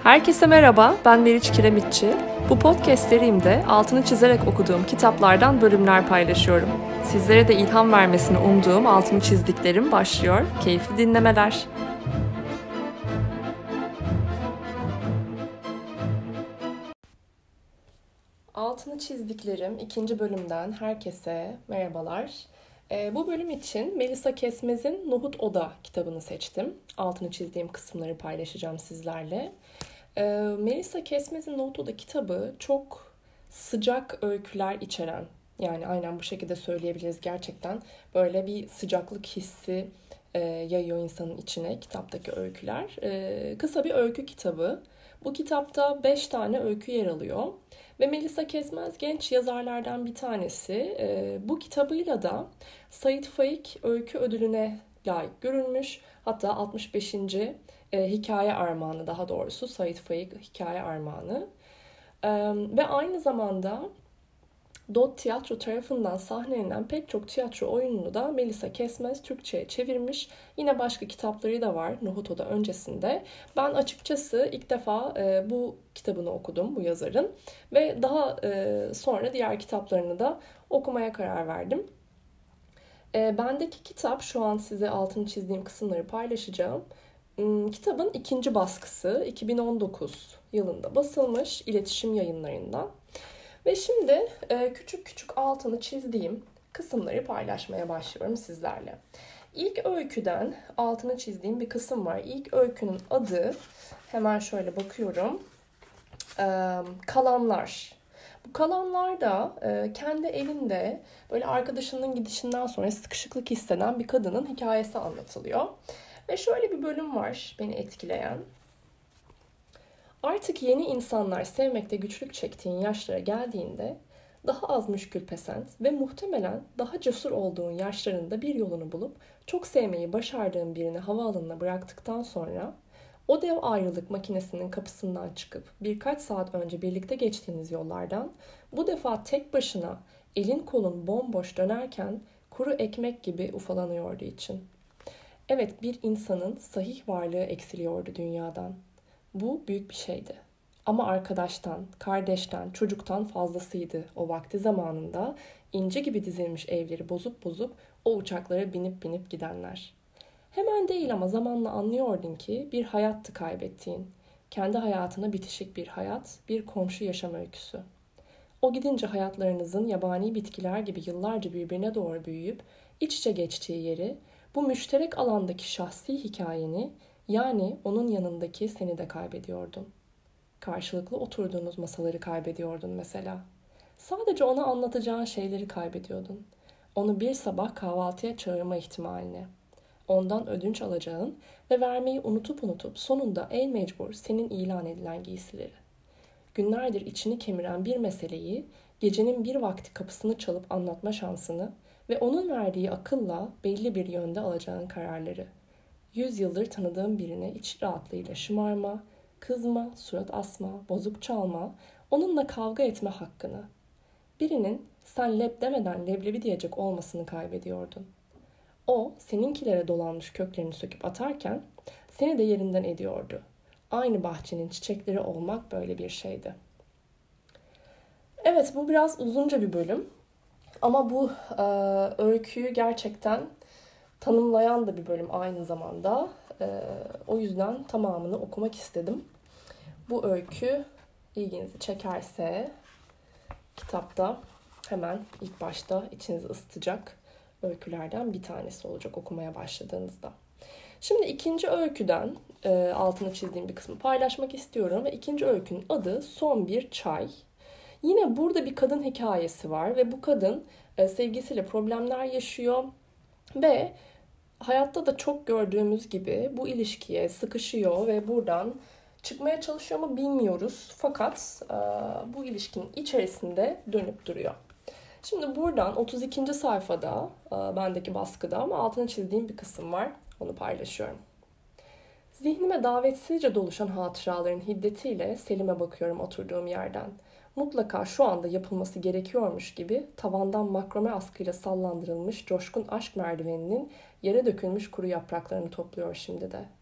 Herkese merhaba, ben Meriç Kiremitçi. Bu podcast serimde altını çizerek okuduğum kitaplardan bölümler paylaşıyorum. Sizlere de ilham vermesini umduğum altını çizdiklerim başlıyor. Keyifli dinlemeler. Altını çizdiklerim ikinci bölümden herkese merhabalar. Bu bölüm için Melisa Kesmez'in Nohut Oda kitabını seçtim. Altını çizdiğim kısımları paylaşacağım sizlerle. Melisa Kesmez'in Nohut Oda kitabı çok sıcak öyküler içeren, yani aynen bu şekilde söyleyebiliriz, gerçekten böyle bir sıcaklık hissi yayıyor insanın içine kitaptaki öyküler. Kısa bir öykü kitabı. Bu kitapta 5 tane öykü yer alıyor. Ve Melisa Kesmez genç yazarlardan bir tanesi. Bu kitabıyla da Sait Faik Öykü Ödülü'ne layık görülmüş. Hatta 65. Hikaye Armağanı, daha doğrusu Sait Faik Hikaye Armağanı. Ve aynı zamanda Dot Tiyatro tarafından sahnelenen pek çok tiyatro oyununu da Melisa Kesmez Türkçe'ye çevirmiş. Yine başka kitapları da var Nohut Oda öncesinde. Ben açıkçası ilk defa bu kitabını okudum, bu yazarın. Ve daha sonra diğer kitaplarını da okumaya karar verdim. Bendeki kitap, şu an size altını çizdiğim kısımları paylaşacağım. Kitabın ikinci baskısı 2019 yılında basılmış iletişim yayınlarından. Ve şimdi küçük küçük altını çizdiğim kısımları paylaşmaya başlıyorum sizlerle. İlk öyküden altını çizdiğim bir kısım var. İlk öykünün adı, hemen şöyle bakıyorum, Kalanlar. Bu Kalanlar da kendi evinde böyle arkadaşının gidişinden sonra sıkışıklık hisseden bir kadının hikayesi anlatılıyor. Ve şöyle bir bölüm var beni etkileyen. Artık yeni insanlar sevmekte güçlük çektiğin yaşlara geldiğinde daha az müşkülpesent ve muhtemelen daha cesur olduğun yaşlarında bir yolunu bulup çok sevmeyi başardığın birini havaalanına bıraktıktan sonra o dev ayrılık makinesinin kapısından çıkıp birkaç saat önce birlikte geçtiğiniz yollardan bu defa tek başına elin kolun bomboş dönerken kuru ekmek gibi ufalanıyordu için. Evet, bir insanın sahih varlığı eksiliyordu dünyadan. Bu büyük bir şeydi. Ama arkadaştan, kardeşten, çocuktan fazlasıydı o vakti zamanında ince gibi dizilmiş evleri bozup bozup o uçaklara binip binip gidenler. Hemen değil ama zamanla anlıyordun ki bir hayattı kaybettiğin. Kendi hayatına bitişik bir hayat, bir komşu yaşam öyküsü. O gidince hayatlarınızın yabani bitkiler gibi yıllarca birbirine doğru büyüyüp iç içe geçtiği yeri, bu müşterek alandaki şahsi hikayeni, yani onun yanındaki seni de kaybediyordun. Karşılıklı oturduğunuz masaları kaybediyordun mesela. Sadece ona anlatacağın şeyleri kaybediyordun. Onu bir sabah kahvaltıya çağırma ihtimalini. Ondan ödünç alacağın ve vermeyi unutup sonunda el mecbur senin ilan edilen giysileri. Günlerdir içini kemiren bir meseleyi gecenin bir vakti kapısını çalıp anlatma şansını ve onun verdiği akılla belli bir yönde alacağın kararları. 100 yıldır tanıdığın birine iç rahatlığıyla şımarma, kızma, surat asma, bozuk çalma, onunla kavga etme hakkını. Birinin sen leb demeden leblebi diyecek olmasını kaybediyordun. O seninkilere dolanmış köklerini söküp atarken seni de yerinden ediyordu. Aynı bahçenin çiçekleri olmak böyle bir şeydi. Evet, bu biraz uzunca bir bölüm. Ama bu öyküyü gerçekten tanımlayan da bir bölüm aynı zamanda. O yüzden tamamını okumak istedim. Bu öykü ilginizi çekerse kitapta hemen ilk başta içinizi ısıtacak öykülerden bir tanesi olacak okumaya başladığınızda. Şimdi ikinci öyküden altını çizdiğim bir kısmı paylaşmak istiyorum ve ikinci öykünün adı Son Bir Çay. Yine burada bir kadın hikayesi var ve bu kadın sevgisiyle problemler yaşıyor ve hayatta da çok gördüğümüz gibi bu ilişkiye sıkışıyor ve buradan çıkmaya çalışıyor mu bilmiyoruz. Fakat bu ilişkinin içerisinde dönüp duruyor. Şimdi buradan 32. sayfada bendeki baskıda ama altını çizdiğim bir kısım var. Onu paylaşıyorum. Zihnime davetsizce doluşan hatıraların hiddetiyle Selim'e bakıyorum oturduğum yerden. Mutlaka şu anda yapılması gerekiyormuş gibi tavandan makrome askıyla sallandırılmış coşkun aşk merdiveninin yere dökülmüş kuru yapraklarını topluyor şimdi de.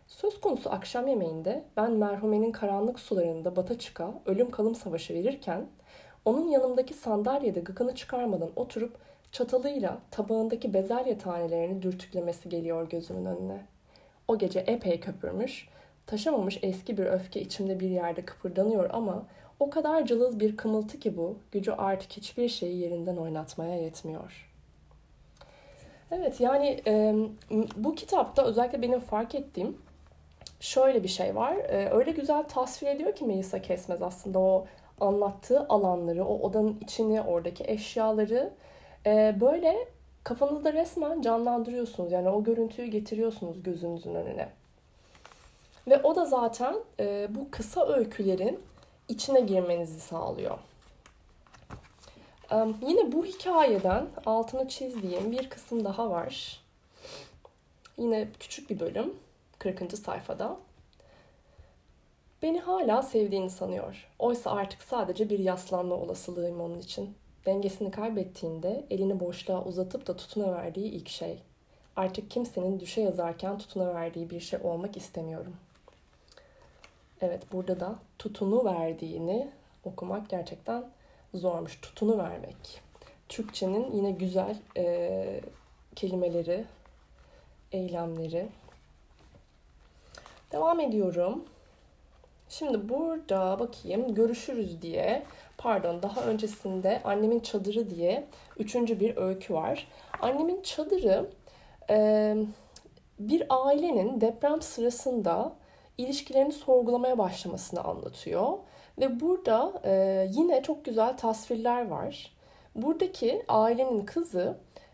Söz konusu akşam yemeğinde ben merhumenin karanlık sularında bata çıka ölüm kalım savaşı verirken onun yanımdaki sandalyede gıkını çıkarmadan oturup çatalıyla tabağındaki bezelye tanelerini dürtüklemesi geliyor gözümün önüne. O gece epey köpürmüş, taşamamış eski bir öfke içimde bir yerde kıpırdanıyor ama o kadar cılız bir kımıltı ki bu, gücü artık hiçbir şeyi yerinden oynatmaya yetmiyor. Evet yani bu kitapta özellikle benim fark ettiğim şöyle bir şey var. Öyle güzel tasvir ediyor ki Melisa Kesmez aslında o anlattığı alanları, o odanın içini, oradaki eşyaları böyle kafanızda resmen canlandırıyorsunuz. Yani o görüntüyü getiriyorsunuz gözünüzün önüne. Ve o da zaten bu kısa öykülerin içine girmenizi sağlıyor. Yine bu hikayeden altını çizdiğim bir kısım daha var. Yine küçük bir bölüm, 40. sayfada. Beni hala sevdiğini sanıyor. Oysa artık sadece bir yaslanma olasılığım onun için. Dengesini kaybettiğinde elini boşluğa uzatıp da tutunaverdiği ilk şey. Artık kimsenin düşe yazarken tutunaverdiği bir şey olmak istemiyorum. Evet, burada da tutunuverdiğini okumak gerçekten zormuş. Tutunuvermek. Türkçenin yine güzel kelimeleri, eylemleri. Devam ediyorum. Şimdi burada bakayım görüşürüz diye, pardon daha öncesinde Annemin Çadırı diye 3. bir öykü var. Annemin Çadırı bir ailenin deprem sırasında ilişkilerini sorgulamaya başlamasını anlatıyor. Ve burada yine çok güzel tasvirler var. Buradaki ailenin kızı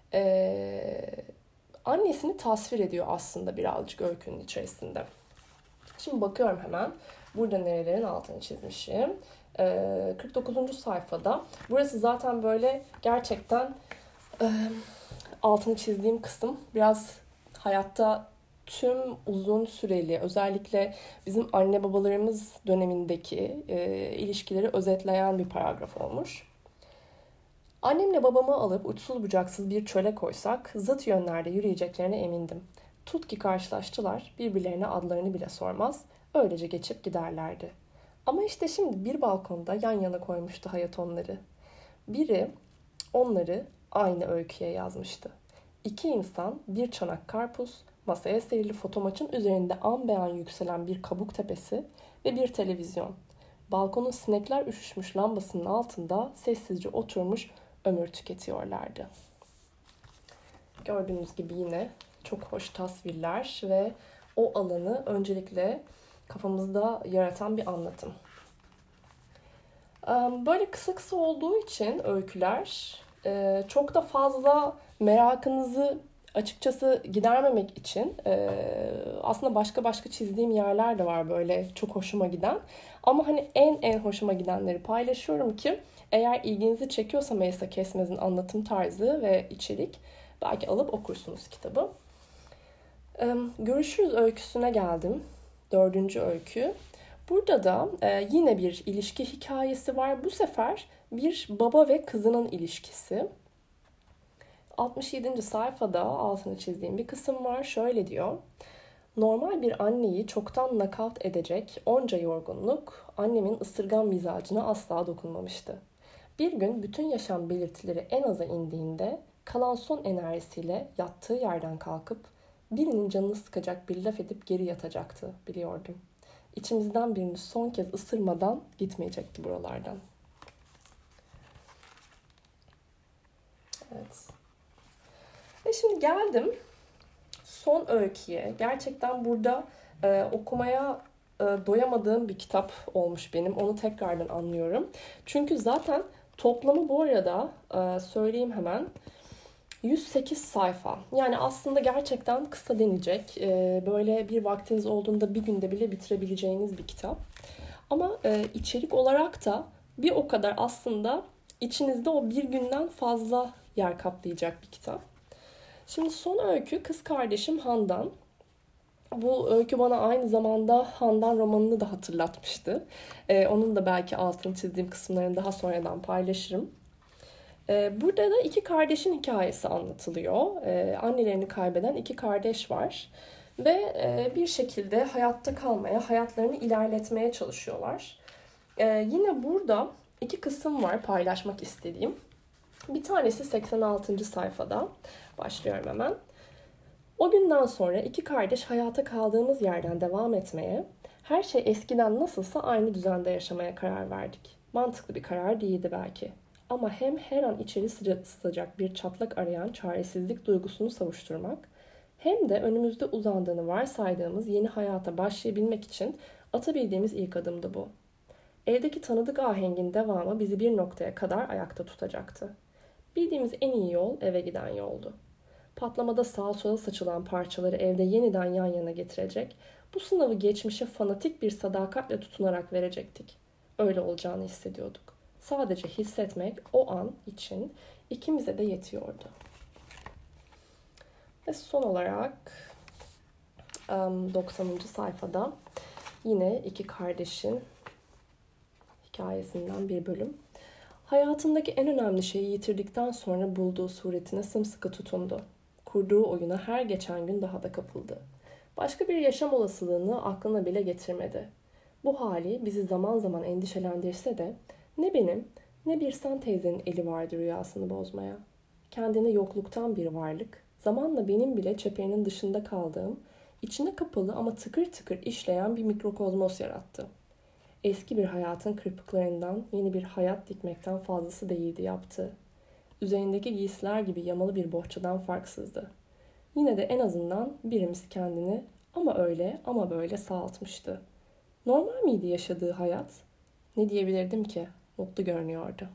annesini tasvir ediyor aslında birazcık öykünün içerisinde. Şimdi bakıyorum hemen. Burada nerelerin altını çizmişim. 49. sayfada. Burası zaten böyle gerçekten altını çizdiğim kısım. Biraz hayatta tüm uzun süreli, özellikle bizim anne babalarımız dönemindeki ilişkileri özetleyen bir paragraf olmuş. Annemle babamı alıp uçsuz bucaksız bir çöle koysak zıt yönlerde yürüyeceklerine emindim. Tut ki karşılaştılar, birbirlerine adlarını bile sormaz, öylece geçip giderlerdi. Ama işte şimdi bir balkonda yan yana koymuştu hayat onları. Biri onları aynı öyküye yazmıştı. İki insan, bir çanak karpuz, masaya serili fotomaçın üzerinde an be an yükselen bir kabuk tepesi ve bir televizyon. Balkonun sinekler üşüşmüş lambasının altında sessizce oturmuş ömür tüketiyorlardı. Gördüğünüz gibi yine çok hoş tasvirler ve o alanı öncelikle kafamızda yaratan bir anlatım. Böyle kısa kısa olduğu için öyküler çok da fazla merakınızı açıkçası gidermemek için aslında başka çizdiğim yerler de var böyle çok hoşuma giden. Ama hani en hoşuma gidenleri paylaşıyorum ki eğer ilginizi çekiyorsa Melisa Kesmez'in anlatım tarzı ve içerik belki alıp okursunuz kitabı. Görüşürüz öyküsüne geldim. 4. öykü. Burada da yine bir ilişki hikayesi var. Bu sefer bir baba ve kızının ilişkisi. 67. sayfada altını çizdiğim bir kısım var. Şöyle diyor. Normal bir anneyi çoktan nakavt edecek onca yorgunluk annemin ısırgan mizacına asla dokunmamıştı. Bir gün bütün yaşam belirtileri en aza indiğinde kalan son enerjisiyle yattığı yerden kalkıp birinin canını sıkacak bir laf edip geri yatacaktı, biliyordum. İçimizden birini son kez ısırmadan gitmeyecekti buralardan. Evet. Ve şimdi geldim son öyküye. Gerçekten burada okumaya doyamadığım bir kitap olmuş benim. Onu tekrardan anlıyorum. Çünkü zaten toplamı bu arada söyleyeyim hemen. 108 sayfa. Yani aslında gerçekten kısa denecek. Böyle bir vaktiniz olduğunda bir günde bile bitirebileceğiniz bir kitap. Ama içerik olarak da bir o kadar aslında içinizde o bir günden fazla yer kaplayacak bir kitap. Şimdi son öykü kız kardeşim Handan. Bu öykü bana aynı zamanda Handan romanını da hatırlatmıştı. Onun da belki altını çizdiğim kısımlarını daha sonradan paylaşırım. Burada da iki kardeşin hikayesi anlatılıyor. Annelerini kaybeden iki kardeş var. Ve bir şekilde hayatta kalmaya, hayatlarını ilerletmeye çalışıyorlar. Yine burada iki kısım var paylaşmak istediğim. Bir tanesi 86. sayfada. Başlıyorum hemen. O günden sonra iki kardeş hayata kaldığımız yerden devam etmeye, her şey eskiden nasılsa aynı düzende yaşamaya karar verdik. Mantıklı bir karar değildi belki. Ama hem her an içeri sızacak bir çatlak arayan çaresizlik duygusunu savuşturmak, hem de önümüzde uzandığını varsaydığımız yeni hayata başlayabilmek için atabildiğimiz ilk adımdı bu. Evdeki tanıdık ahengin devamı bizi bir noktaya kadar ayakta tutacaktı. Bildiğimiz en iyi yol eve giden yoldu. Patlamada sağa sola saçılan parçaları evde yeniden yan yana getirecek, bu sınavı geçmişe fanatik bir sadakatle tutunarak verecektik. Öyle olacağını hissediyorduk. Sadece hissetmek o an için ikimize de yetiyordu. Ve son olarak 90. sayfada yine iki kardeşin hikayesinden bir bölüm. Hayatındaki en önemli şeyi yitirdikten sonra bulduğu suretine sımsıkı tutundu. Kurduğu oyuna her geçen gün daha da kapıldı. Başka bir yaşam olasılığını aklına bile getirmedi. Bu hali bizi zaman zaman endişelendirse de ne benim ne bir sen teyzenin eli vardı rüyasını bozmaya. Kendine yokluktan bir varlık, zamanla benim bile çeperinin dışında kaldığım, içine kapalı ama tıkır tıkır işleyen bir mikrokozmos yarattı. Eski bir hayatın kırpıklarından yeni bir hayat dikmekten fazlası değildi yaptığı. Üzerindeki giysiler gibi yamalı bir bohçadan farksızdı. Yine de en azından birimiz kendini ama öyle ama böyle sağaltmıştı. Normal miydi yaşadığı hayat? Ne diyebilirdim ki? Mutlu görünüyordu.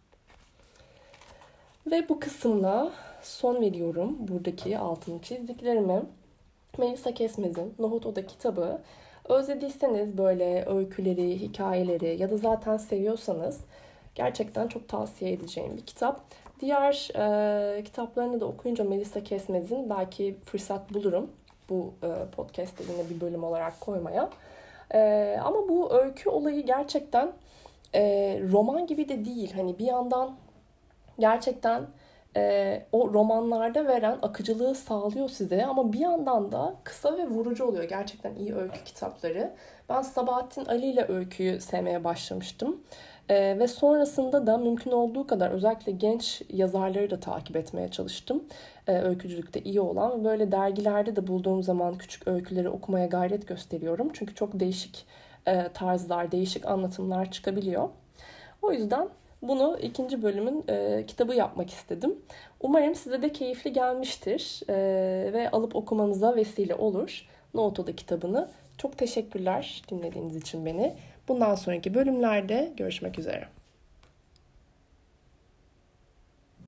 Ve bu kısımla son veriyorum buradaki altını çizdiklerimi. Melisa Kesmez'in Nohut Oda kitabı. Özlediyseniz böyle öyküleri, hikayeleri ya da zaten seviyorsanız gerçekten çok tavsiye edeceğim bir kitap. Diğer kitaplarını da okuyunca Melisa Kesmez'in belki fırsat bulurum bu podcast'te yine bir bölüm olarak koymaya. Ama bu öykü olayı gerçekten roman gibi de değil. Hani bir yandan gerçekten o romanlarda veren akıcılığı sağlıyor size ama bir yandan da kısa ve vurucu oluyor. Gerçekten iyi öykü kitapları. Ben Sabahattin Ali ile öyküyü sevmeye başlamıştım. Ve sonrasında da mümkün olduğu kadar özellikle genç yazarları da takip etmeye çalıştım. Öykücülükte iyi olan ve böyle dergilerde de bulduğum zaman küçük öyküleri okumaya gayret gösteriyorum. Çünkü çok değişik tarzlar, değişik anlatımlar çıkabiliyor. O yüzden bunu ikinci bölümün kitabı yapmak istedim. Umarım size de keyifli gelmiştir ve alıp okumanıza vesile olur. Nohut Oda kitabını. Çok teşekkürler dinlediğiniz için beni. Bundan sonraki bölümlerde görüşmek üzere.